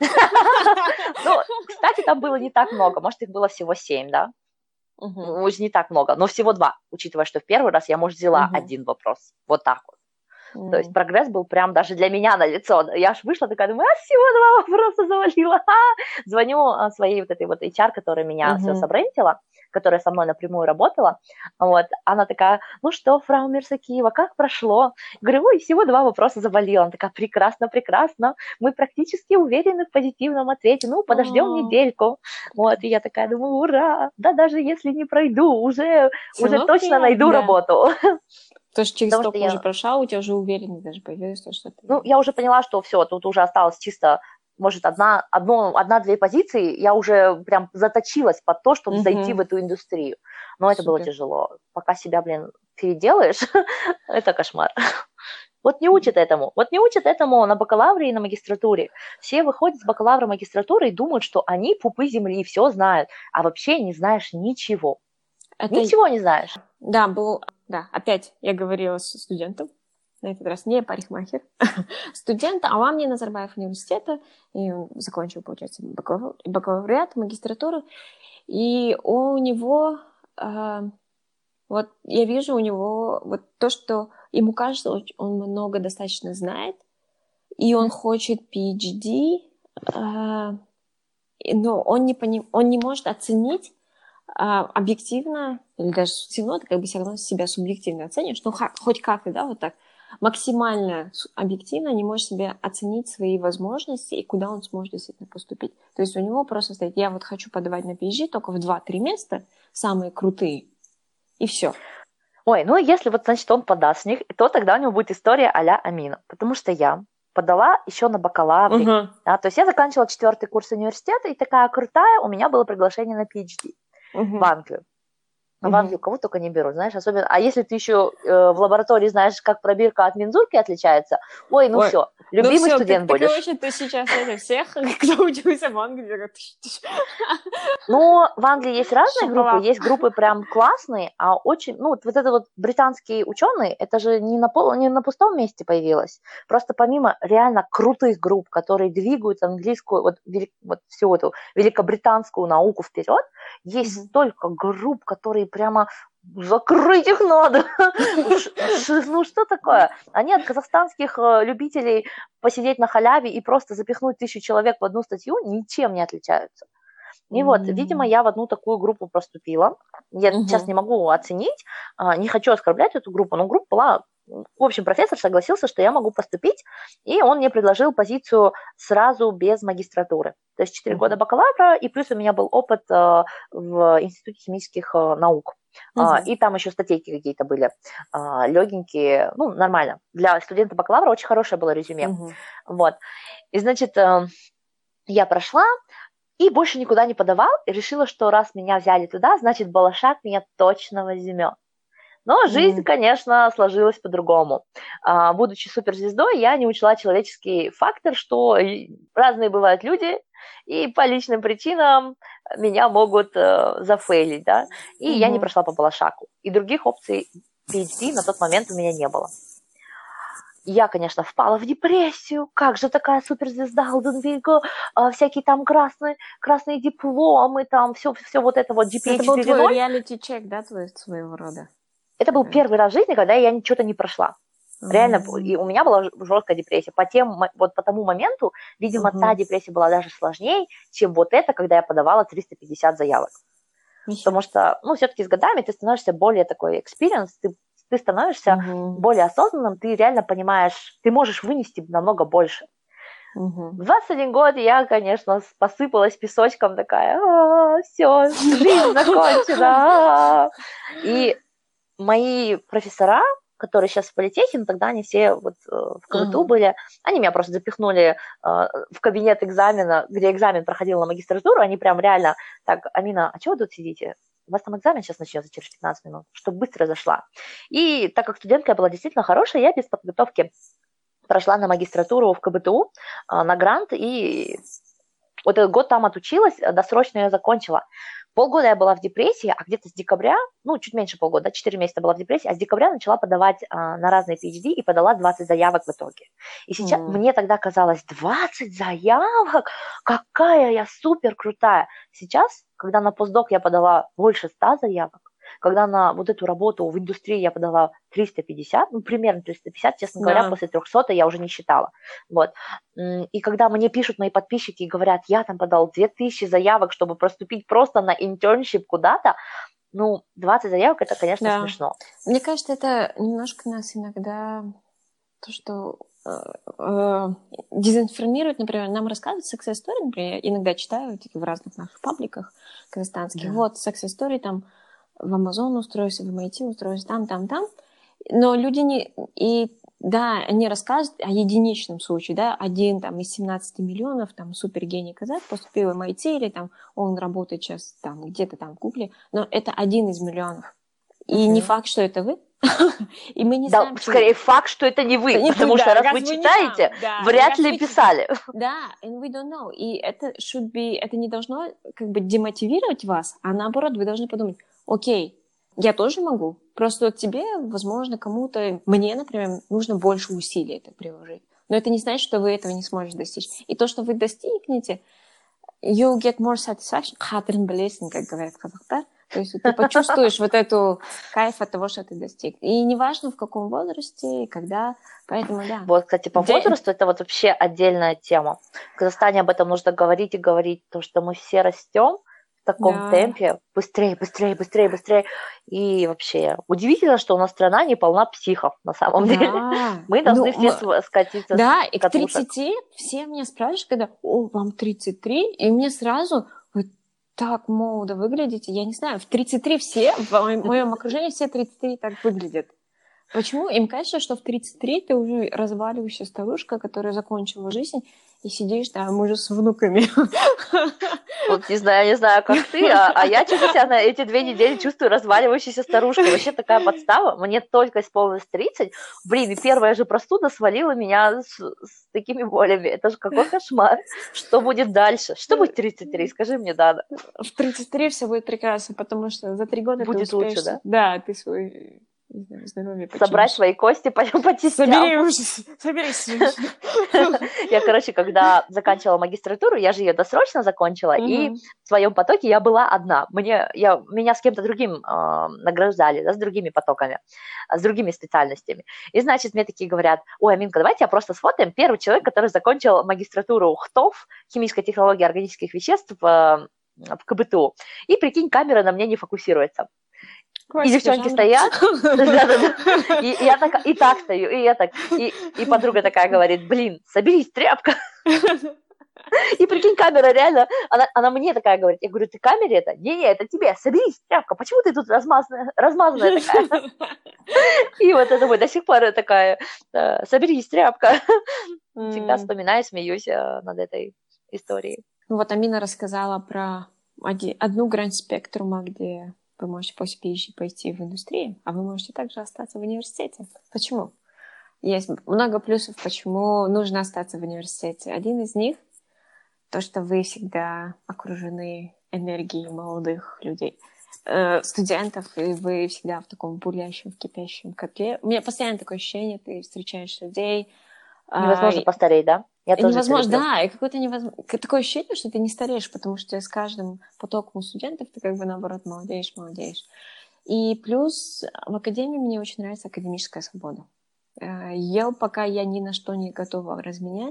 Ну, кстати, там было не так много, может, их было всего семь, да? Мгм. Ну, не так много, но всего два, учитывая, что в первый раз я, может, взяла Мгм. один вопрос. Вот так вот. То есть М. прогресс был прям даже для меня налицо. Я аж вышла такая, думаю, а всего два вопроса завалила. А! Звоню а, своей вот этой вот эйч ар, которая меня все Мгм. собрендила, которая со мной напрямую работала. Вот. Она такая, ну что, фрау Мерсакиева, как прошло? Говорю, ой, всего два вопроса завалила. Она такая, прекрасно, прекрасно. Мы практически уверены в позитивном ответе. Ну, подождем А, недельку. Вот. И я такая думаю, ура! Да даже если не пройду, уже, Всё уже равно точно приятно, найду да. работу. То есть через Потому что столько уже я прошла, у тебя уже уверенность даже появилась, то, что Ну, ты... я уже поняла, что все, тут уже осталось чисто, может, одна, одно, одна-две позиции, я уже прям заточилась под то, чтобы зайти в Мгм. эту индустрию. Но это было Супер. тяжело. Пока себя, блин, переделаешь, это кошмар. Вот не учат этому. Вот не учат этому на бакалавре и на магистратуре. Все выходят с бакалавра, магистратуры и думают, что они пупы земли, все знают, а вообще не знаешь ничего. Это, Ничего не знаешь. да, был, да, опять я говорила с студентом, на этот раз не парикмахер, студент Аламни Назарбаев университета, и он закончил, получается, бакалавриат, магистратуру, и у него, э, вот я вижу у него вот то, что ему кажется, он много достаточно знает, и он хочет пи эйч ди, э, но он не, поним, он не может оценить а, объективно, или даже все равно, ты как бы все равно себя субъективно оценишь, ну, ха, хоть как-то, да, вот так, максимально объективно не можешь себе оценить свои возможности и куда он сможет действительно поступить. То есть у него просто стоит, я вот хочу подавать на пи эйч ди только в два-три места, самые крутые, и все. Ой, ну если вот, значит, он подаст в них, то тогда у него будет история а-ля Амина, потому что я подала еще на бакалавре. Uh-huh. Да, то есть я заканчивала четвертый курс университета, и такая крутая, у меня было приглашение на пи эйч ди uh-huh. в Англию. Uh-huh. В Англию кого только не берут, знаешь, особенно... А если ты еще э, в лаборатории знаешь, как пробирка от мензурки отличается, ой, ну ой, все, любимый ну все, студент ты, будешь. Короче, ты сейчас это всех, кто учился в Англии, ну, в Англии есть разные Шоколад. группы, есть группы прям классные, а очень, ну, вот, вот это вот британские ученые, это же не на, пол, не на пустом месте появилось, просто помимо реально крутых групп, которые двигают английскую, вот, велик, вот всю эту великобританскую науку вперед, есть mm-hmm. столько групп, которые прямо закрыть их надо. Ну что такое? Они от казахстанских любителей посидеть на халяве и просто запихнуть тысячу человек в одну статью ничем не отличаются. И mm-hmm. вот, видимо, я в одну такую группу проступила. Я mm-hmm. сейчас не могу оценить, не хочу оскорблять эту группу, но группа была... В общем, профессор согласился, что я могу поступить, и он мне предложил позицию сразу без магистратуры. То есть четыре uh-huh. года бакалавра, и плюс у меня был опыт э, в Институте химических э, наук. Uh-huh. Э, и там еще статейки какие-то были э, легенькие, ну, нормально. Для студента бакалавра очень хорошее было резюме. Uh-huh. Вот. И, значит, э, я прошла, и больше никуда не подавал, и решила, что раз меня взяли туда, значит, Балашах меня точно возьмет. Но жизнь, mm. конечно, сложилась по-другому. А, будучи суперзвездой, я не учла человеческий фактор, что разные бывают люди, и по личным причинам меня могут э, зафейлить, да, и mm-hmm. я не прошла по Балашаку. И других опций пи эйч ди на тот момент у меня не было. Я, конечно, впала в депрессию. Как же такая суперзвезда, Алденвига, э, всякие там красные, красные дипломы, там все, все вот это вот джи пи эй четыре ноль. Это был твой реалити-чек, да, твой, своего рода? Это был первый раз в жизни, когда я что-то не прошла. Uh-huh. Реально, и у меня была жесткая депрессия. По, тем, вот по тому моменту, видимо, uh-huh. та депрессия была даже сложнее, чем вот это, когда я подавала триста пятьдесят заявок. Uh-huh. Потому что, ну, все-таки с годами ты становишься более такой experience, ты, ты становишься uh-huh. более осознанным, ты реально понимаешь, ты можешь вынести намного больше. Uh-huh. В двадцать один год я, конечно, посыпалась песочком такая, все, жизнь закончена. И мои профессора, которые сейчас в политехе, но тогда они все вот э, в КВТУ uh-huh. были, они меня просто запихнули э, в кабинет экзамена, где экзамен проходил на магистратуру, они прям реально, так, Амина, а чего вы тут сидите? У вас там экзамен сейчас начнется через пятнадцать минут, чтобы быстро зашла. И так как студентка я была действительно хорошая, я без подготовки прошла на магистратуру в КБТУ э, на грант, и вот этот год там отучилась, досрочно ее закончила. Полгода я была в депрессии, а где-то с декабря, ну, чуть меньше полгода, четыре месяца была в депрессии, а с декабря начала подавать а, на разные пи эйч ди и подала двадцать заявок в итоге. И сейчас mm. мне тогда казалось, двадцать заявок? Какая я супер крутая! Сейчас, когда на постдок я подала больше ста заявок, когда на вот эту работу в индустрии я подала триста пятьдесят, ну, примерно триста пятьдесят, честно говоря, да. после трехсот я уже не считала. Вот. И когда мне пишут мои подписчики и говорят, я там подал две тысячи заявок, чтобы проступить просто на интерншип куда-то, ну, двадцать заявок, это, конечно, да. смешно. Мне кажется, это немножко нас иногда, то, что э, э, дезинформирует, например, нам рассказывают success story, например, я иногда читаю в разных наших пабликах казахстанских, да. вот, success story, там, в Amazon устроился, в эм ай ти устроился, там, там, там. Но люди не... И да, они рассказывают о единичном случае, да, один там из семнадцати миллионов, там, супергений казах поступил в эм ай ти, или там он работает сейчас там где-то там в Гугле, но это один из миллионов. И uh-huh. не факт, что это вы. И мы не да, знаем, скорее что... факт, что это не вы, это не потому вы, что да, раз вы читаете, да, вряд ли писали. Да, and we don't know. И это should be, это не должно как бы демотивировать вас, а наоборот, вы должны подумать, окей, Я тоже могу. Просто вот тебе, возможно, кому-то, мне, например, нужно больше усилий это приложить. Но это не значит, что вы этого не сможете достичь. И то, что вы достигнете, you'll get more satisfaction. Қадірін білесің, как говорят казахтар. То есть ты почувствуешь вот эту кайф от того, что ты достиг. И неважно, в каком возрасте и когда. Поэтому, да. Вот, кстати, по Где... возрасту это вот вообще отдельная тема. В Казахстане об этом нужно говорить и говорить, потому что мы все растем в таком Да. темпе. Быстрее, быстрее, быстрее, быстрее. И вообще удивительно, что у нас страна не полна психов на самом Да. деле. Мы должны Ну, все скатиться да, с и к катушек. тридцати все меня спрашивают, когда, о, вам тридцать три, и мне сразу, вы так молодо выглядите, я не знаю, в тридцать три все, в моем окружении все тридцать три так выглядят. Почему? Им кажется, что в тридцать три ты уже разваливающая старушка, которая закончила жизнь, и сидишь там уже с внуками. Вот не знаю, не знаю, как ты, а, а я чувствую себя на эти две недели чувствую разваливающейся старушкой. Вообще такая подстава. Мне только исполнилось тридцать. Блин, и первая же простуда свалила меня с, с такими болями. Это же какой кошмар. Что будет дальше? Что будет в тридцать три? Скажи мне, Дана. В тридцать три все будет прекрасно, потому что за три года будет ты успеешь... лучше, да? Да, ты свой... Не знаю, здоровье починишь. Собрать свои кости по, по частям. Собери уже, соберись. Я, короче, когда заканчивала магистратуру, я же ее досрочно закончила, Мгм. и в своем потоке я была одна. Мне, я, меня с кем-то другим э, награждали, да, с другими потоками, с другими специальностями. И, значит, мне такие говорят, ой, Аминка, давайте я просто сфотаем первый человек, который закончил магистратуру ХТОВ, химическая технология органических веществ, в, в КБТУ. И, прикинь, камера на мне не фокусируется. И девчонки стоят, да-да-да, и я так, и так стою, и я так, и, и подруга такая говорит, блин, соберись, тряпка. И прикинь, камера реально, она, она мне такая говорит, я говорю, ты камере это? Не-не, это тебе, соберись, тряпка, почему ты тут размазанная, размазанная такая? И вот это вот до сих пор такая, соберись, тряпка. Всегда вспоминаю, смеюсь над этой историей. Вот Амина рассказала про одну грань спектрума, где... Вы можете после пи эйч ди пойти в индустрию, а вы можете также остаться в университете. Почему? Есть много плюсов, почему нужно остаться в университете. Один из них — то, что вы всегда окружены энергией молодых людей, э, студентов, и вы всегда в таком бурлящем, кипящем котле. У меня постоянно такое ощущение, ты встречаешь людей. Невозможно а, постареть, да? Я тоже невозможно, да, и какое-то невозможно... Такое ощущение, что ты не стареешь, потому что с каждым потоком студентов ты как бы, наоборот, молодеешь, молодеешь. И плюс в академии мне очень нравится академическая свобода. Я пока я ни на что не готова разменять,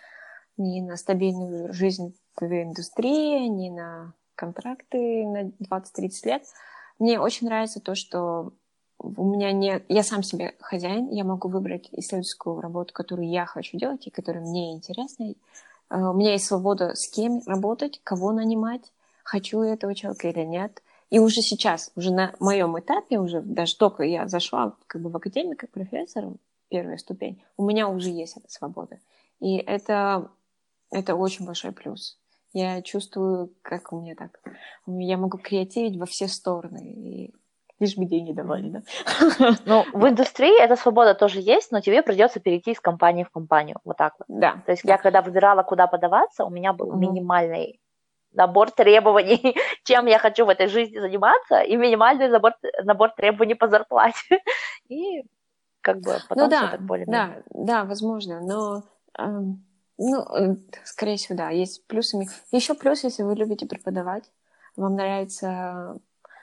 ни на стабильную жизнь в индустрии, ни на контракты на двадцать-тридцать лет. Мне очень нравится то, что у меня нет... Я сам себе хозяин, я могу выбрать исследовательскую работу, которую я хочу делать и которая мне интересна. У меня есть свобода, с кем работать, кого нанимать, хочу я этого человека или нет. И уже сейчас, уже на моем этапе, уже даже только я зашла как бы в академию как профессор, первая ступень, у меня уже есть эта свобода. И это, это очень большой плюс. Я чувствую, как у меня так... Я могу креативить во все стороны. И лишь бы деньги давали, да? Ну, в индустрии эта свобода тоже есть, но тебе придется перейти из компании в компанию. Вот так вот. Да. То есть да. я когда выбирала, куда подаваться, у меня был угу. минимальный набор требований, чем я хочу в этой жизни заниматься, и минимальный набор, набор требований по зарплате. И как бы потом ну, да, все так более-менее. Да, да, возможно, но... Эм... Ну, скорее всего, да, есть плюсы. Еще плюс, если вы любите преподавать, вам нравится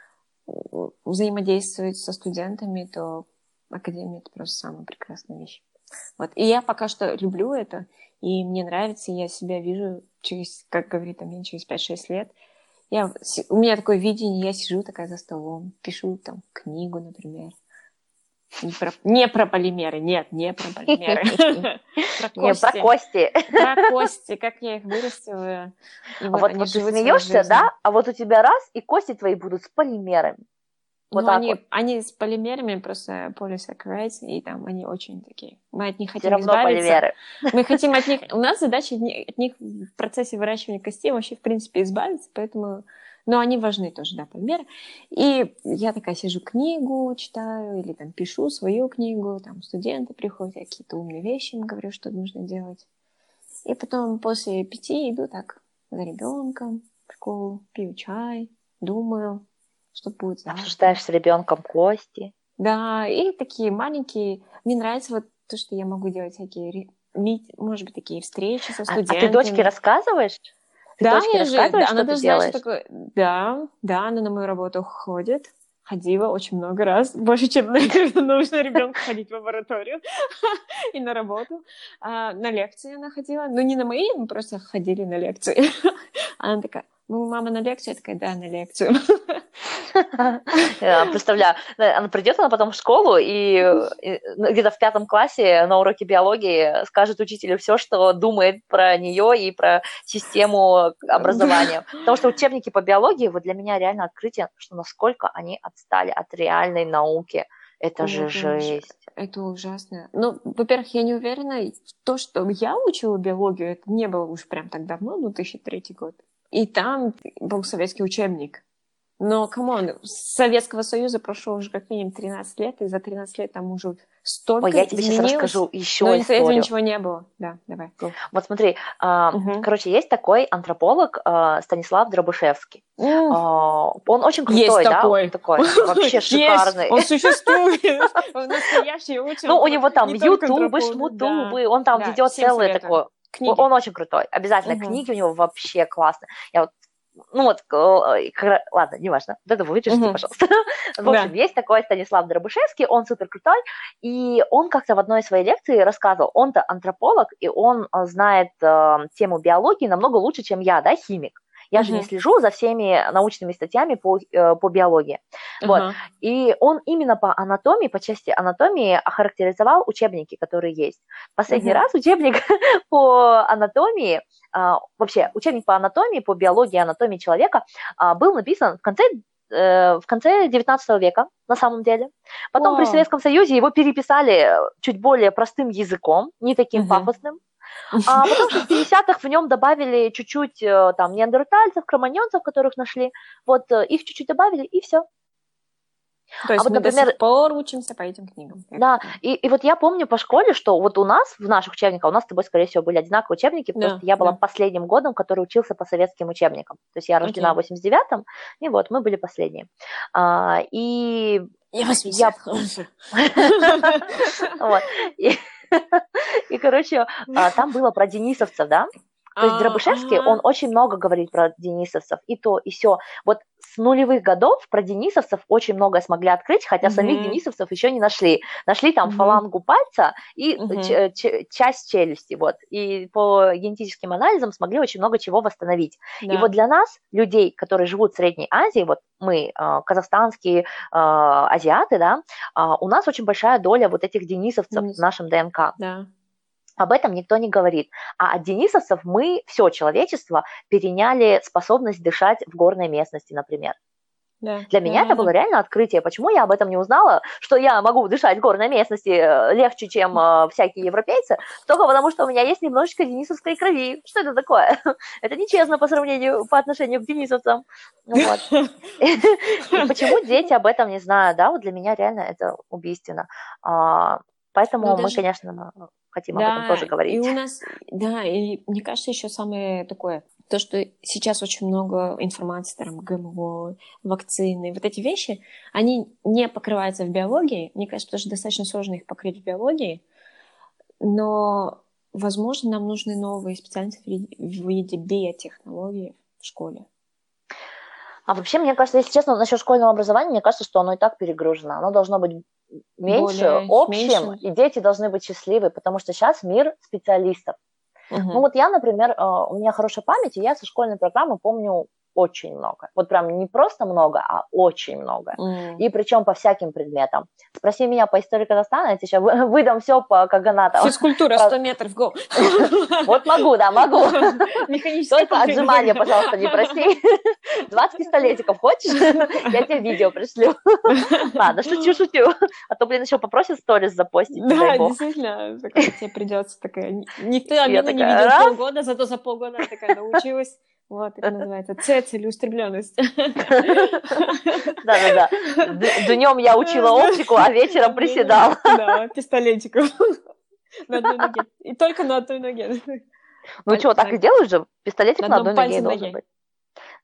взаимодействовать со студентами, то академия — это просто самая прекрасная вещь. Вот. И я пока что люблю это, и мне нравится, я себя вижу через, как говорит Амин, через пять-шесть лет. Я, у меня такое видение, я сижу такая за столом, пишу там книгу, например. Не про, не про полимеры, нет, не про полимеры. Не про кости. Про кости, как я их вырастила. А вот ты смеешься, да? А вот у тебя раз, и кости твои будут с полимерами. Вот ну, они, они с полимерами, просто полисаккаридс, и там они очень такие. Мы от них хотим избавиться. Полимеры. Мы хотим от них... У нас задача от них в процессе выращивания костей вообще, в принципе, избавиться, поэтому... Но они важны тоже, да, полимеры. И я такая сижу, книгу читаю, или там пишу свою книгу, там студенты приходят, я какие-то умные вещи им говорю, что нужно делать. И потом после пяти иду так за ребенком в школу, пью чай, думаю, что будет завтра. Обсуждаешь с ребенком кости. Да, и такие маленькие. Мне нравится вот то, что я могу делать всякие, может быть, такие встречи со студентами. А, а ты дочке рассказываешь? Ты да, дочке я же, рассказываешь, да, что она ты даже знает, делаешь? что такое. Да, да, она на мою работу ходит. Ходила очень много раз, больше, чем, наверное, нужно ребенку ходить в лабораторию и на работу. А, на лекции она ходила. Ну, не на мои, мы просто ходили на лекции. Она такая, ну, мама на лекцию? Я такая, да, на лекцию. Я представляю, она придет, она потом в школу и где-то в пятом классе на уроке биологии скажет учителю все, что думает про нее и про систему образования. Потому что учебники по биологии, вот для меня реально открытие, что насколько они отстали от реальной науки. Это же это жесть. Уж, это ужасно. Ну, во-первых, я не уверена, то, что я учила биологию, это не было уж прям так давно, ну, две тысячи третий год. И там был советский учебник. Но, камон, с Советского Союза прошло уже как минимум тринадцать лет, и за тринадцать лет там уже столько Ой, я тебе изменилось, сейчас расскажу еще но историю. этого ничего не было. Да, давай. Go. Вот смотри, э, угу. короче, есть такой антрополог э, Станислав Дробышевский. Mm. Э, он очень крутой, есть да? Такой. такой. Вообще шикарный. Он существует. Он настоящий ученый. Ну, у него там ютубы, шмутубы, он там ведет целый такой... Он очень крутой. Обязательно книги у него вообще классные. Я вот Ну вот, ладно, неважно, вот это вычеркните, uh-huh. пожалуйста. В общем, yeah. есть такой Станислав Дробышевский, он супер крутой, и он как-то в одной своей лекции рассказывал, он-то антрополог, и он знает э, тему биологии намного лучше, чем я, да, химик. Я uh-huh. же не слежу за всеми научными статьями по, э, по биологии. Uh-huh. Вот. И он именно по анатомии, по части анатомии охарактеризовал учебники, которые есть. Последний uh-huh. раз учебник по анатомии, э, вообще учебник по анатомии, по биологии, анатомии человека э, был написан в конце, э, в конце девятнадцатого века, на самом деле. Потом wow. при Советском Союзе его переписали чуть более простым языком, не таким uh-huh. пафосным. А потом в шестидесятых в нем добавили чуть-чуть там неандертальцев, кроманьонцев, которых нашли. Вот их чуть-чуть добавили, и все. То есть а вот, мы например, до сих пор учимся по этим книгам. Да, и, и вот я помню по школе, что вот у нас, в наших учебниках, у нас с тобой, скорее всего, были одинаковые учебники, потому да, что я была да. последним годом, который учился по советским учебникам. То есть я рождена okay. в восемьдесят девятом, и вот мы были последние. А, и... Я восемьдесят. И, короче, там было про денисовцев, да? То есть Дробышевский, он очень много говорит про денисовцев, и то, и сё. Вот с нулевых годов про денисовцев очень многое смогли открыть, хотя mm-hmm. самих денисовцев еще не нашли. Нашли там mm-hmm. фалангу пальца и mm-hmm. ч- ч- часть челюсти, вот. И по генетическим анализам смогли очень много чего восстановить. Да. И вот для нас, людей, которые живут в Средней Азии, вот мы, э, казахстанские э, азиаты, да, э, у нас очень большая доля вот этих денисовцев mm-hmm. в нашем ДНК. Да. Об этом никто не говорит. А от денисовцев мы, все человечество, переняли способность дышать в горной местности, например. Да, Для да, меня да. это было реально открытие. Почему я об этом не узнала, что я могу дышать в горной местности легче, чем э, всякие европейцы? Только потому, что у меня есть немножечко денисовской крови. Что это такое? Это нечестно по сравнению, по отношению к денисовцам. Почему дети об этом не знают? Да, вот для меня реально это убийственно. Поэтому мы, конечно... хотим да, об этом тоже говорить. И у нас, да, и мне кажется, еще самое такое, то, что сейчас очень много информации, там, ГМО, вакцины, вот эти вещи, они не покрываются в биологии, мне кажется, потому что достаточно сложно их покрыть в биологии, но, возможно, нам нужны новые специальности в виде биотехнологий в школе. А вообще, мне кажется, если честно, насчет школьного образования, мне кажется, что оно и так перегружено, оно должно быть меньше, Более, общим, меньше. И дети должны быть счастливы, потому что сейчас мир специалистов. Угу. Ну вот я, например, у меня хорошая память, и я со школьной программы помню очень много. Вот прям не просто много, а очень много. Mm. И причем по всяким предметам. Спроси меня по истории Казахстана, я тебе сейчас выдам все по Каганатам. Физкультура, сто метров, го. Вот могу, да, могу. Только отжимания, пожалуйста, не проси. двадцать пистолетиков хочешь? Я тебе видео пришлю. Ладно, шучу, шучу. А то, блин, еще попросят сторис запостить. Да, действительно. Тебе придется такая... Никто меня не видел полгода, зато за полгода такая научилась. Вот, это называется Ц, целеустремленность. Да-да-да. Днем я учила оптику, а вечером приседала. Да, пистолетиком. На одной ноге. И только на одной ноге. Ну что, так и делаешь же? Пистолетик на одной ноге должен быть.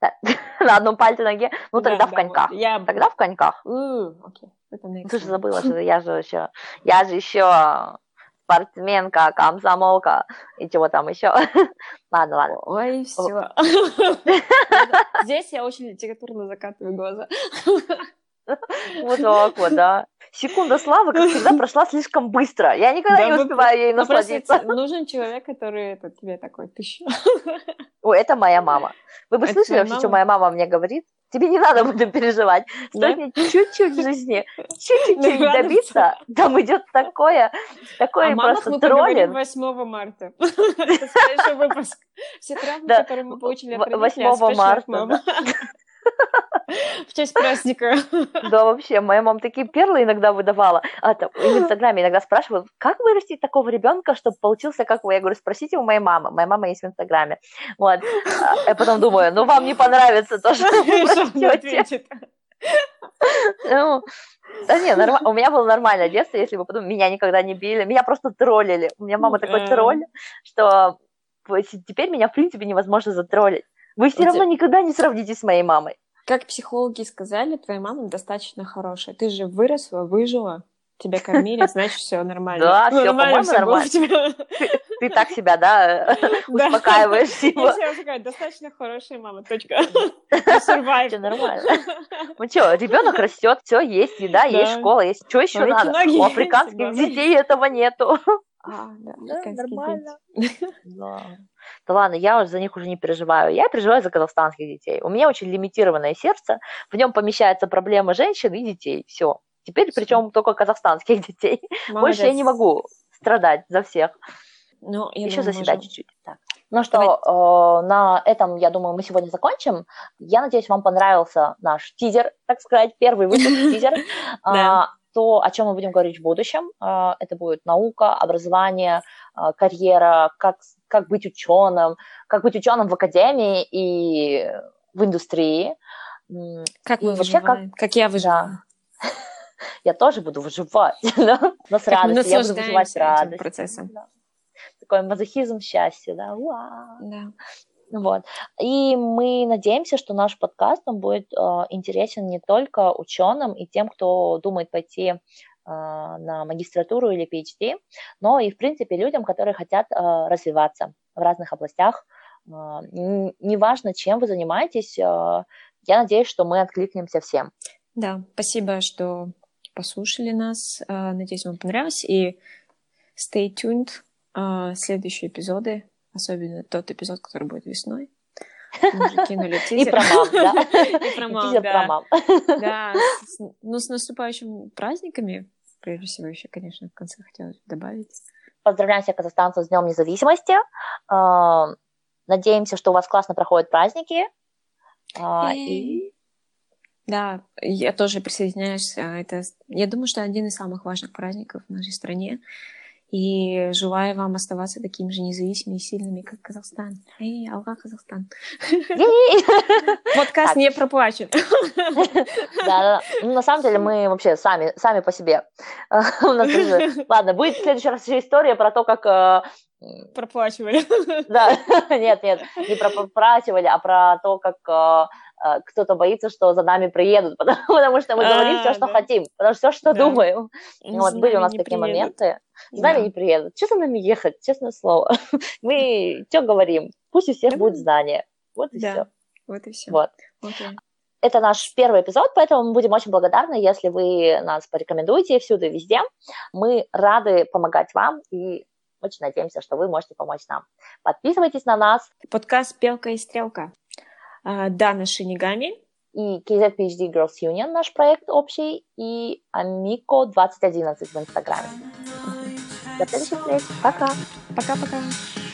на одном пальце ноги. Ну, Да, тогда в да, коньках. вот. Я... Тогда в коньках. У, окей. Это next Ты же one. забыла, что я же еще, я же еще спортсменка, комсомолка и чего там еще. Ладно, ладно. Ой, все. Здесь я очень литературно закатываю глаза. Вот так вот, да. Секунда славы, как всегда, прошла слишком быстро. Я никогда Да, не вот- успеваю ей Ну, просто насладиться. т- нужен человек, который это, тебе такой тысячу. Ой, это моя мама. Вы бы Это слышали твоя вообще, что мама? моя мама мне говорит? Тебе не надо об этом переживать. Стоит Да? мне чуть-чуть в жизни, чуть-чуть Да, чуть добиться, там идет такое, О такое мамах просто мы поговорим троллинг. восьмого марта. Это следующий выпуск. Все травмы, Да, которые мы получили от в- родителей, восьмого а спешно от марта, мамы. В честь праздника. Да, вообще, моя мама такие перлы иногда выдавала. А, там, и в Инстаграме иногда спрашивают, как вырастить такого ребенка, чтобы получился как вы? Я говорю, спросите у моей мамы. Моя мама есть в Инстаграме. Вот. А я потом думаю, ну вам не понравится то, что вы Что она растете. ответит? Ну, да не, норма- у меня было нормальное детство, если вы подумали, меня никогда не били, меня просто троллили. У меня мама такой Да. тролль, что теперь меня, в принципе, невозможно затроллить. Вы все Вот равно те- никогда не сравнитесь с моей мамой. Как психологи сказали, твоя мама достаточно хорошая. Ты же выросла, выжила, тебя кормили, значит, все нормально. Да, всё, по-моему, всё было нормально. у тебя. Ты так себя, да, Да. успокаиваешь Я его. всегда такая, достаточно хорошая мама, точка. You survived. Всё нормально. Ну что, ребенок растет, все есть, еда, есть Да. школа, есть. Что еще Руки, надо? ноги У есть, африканских глаза детей этого нету. А, да, Да, африканские нормально. дети. Да. Да ладно, я уже за них уже не переживаю. Я переживаю за казахстанских детей. У меня очень лимитированное сердце, в нем помещаются проблемы женщин и детей. Все. Теперь Всё. причем только казахстанских детей. Больше я Молодец. не могу страдать за всех. Ну, я Еще думаю, за себя можем- чуть-чуть. Так. Ну что, э, на этом, я думаю, мы сегодня закончим. Я надеюсь, вам понравился наш тизер, так сказать, первый выпуск тизер. Да. А, То, о чем мы будем говорить в будущем, а, это будет наука, образование, а, карьера, как, как быть ученым, как быть ученым в академии и в индустрии. М, Как И мы вообще, как- выживаем, как я выживаю. Я тоже буду выживать, да, но с Как мы радостью. Я буду выживать с наслаждаемся этим радостью. процессом. Да. Такой мазохизм счастья, да. Уа. Да. Вот. И мы надеемся, что наш подкаст он будет э, интересен не только ученым и тем, кто думает пойти э, на магистратуру или пи эйч ди, но и, в принципе, людям, которые хотят э, развиваться в разных областях. Э, н- неважно, чем вы занимаетесь, э, я надеюсь, что мы откликнемся всем. Да, спасибо, что послушали нас. А, Надеюсь, вам понравилось. И stay tuned. а, Следующие эпизоды, особенно тот эпизод, который будет весной. Мы уже кинули И тизер. про мам, да? И про И мам, тизер про да. мам. Да, с- ну, с наступающими праздниками, прежде всего, еще, конечно, в конце хотелось добавить. Поздравляем всех казахстанцев с Днем независимости. Э, Надеемся, что у вас классно проходят праздники. Э, И Да, я тоже присоединяюсь. а, Это, я думаю, что один из самых важных праздников в нашей стране. И желаю вам оставаться такими же независимыми и сильными, как Казахстан. Эй, Алга, Казахстан. Подкаст Так. не проплачен. Да, да. Ну, на самом деле мы вообще сами, сами по себе. Э, У нас даже... Ладно, будет в следующий раз еще история про то, как... э, м, Проплачивали. Да, нет, нет, не про проплачивали, а про то, как э, э, кто-то боится, что за нами приедут, потому, потому что мы А, говорим все, что да. хотим, потому что все, что Да. думаем. С Вот были у нами нас не такие приедут. моменты. С нами Да. не приедут. Что за нами ехать, честное слово. Мы что говорим? Пусть у всех Да. будет знание. Вот и Да. все. Вот и все. Вот. Окей. Это наш первый эпизод, поэтому мы будем очень благодарны, если вы нас порекомендуете всюду и везде. Мы рады помогать вам и очень надеемся, что вы можете помочь нам. Подписывайтесь на нас Подкаст «Белка и стрелка». А, Дана Шинигами. и кей зет пи эйч ди Girls Union, наш проект общий, и Амико двадцать одиннадцать в Инстаграме. До следующих встреч. Пока. Пока-пока.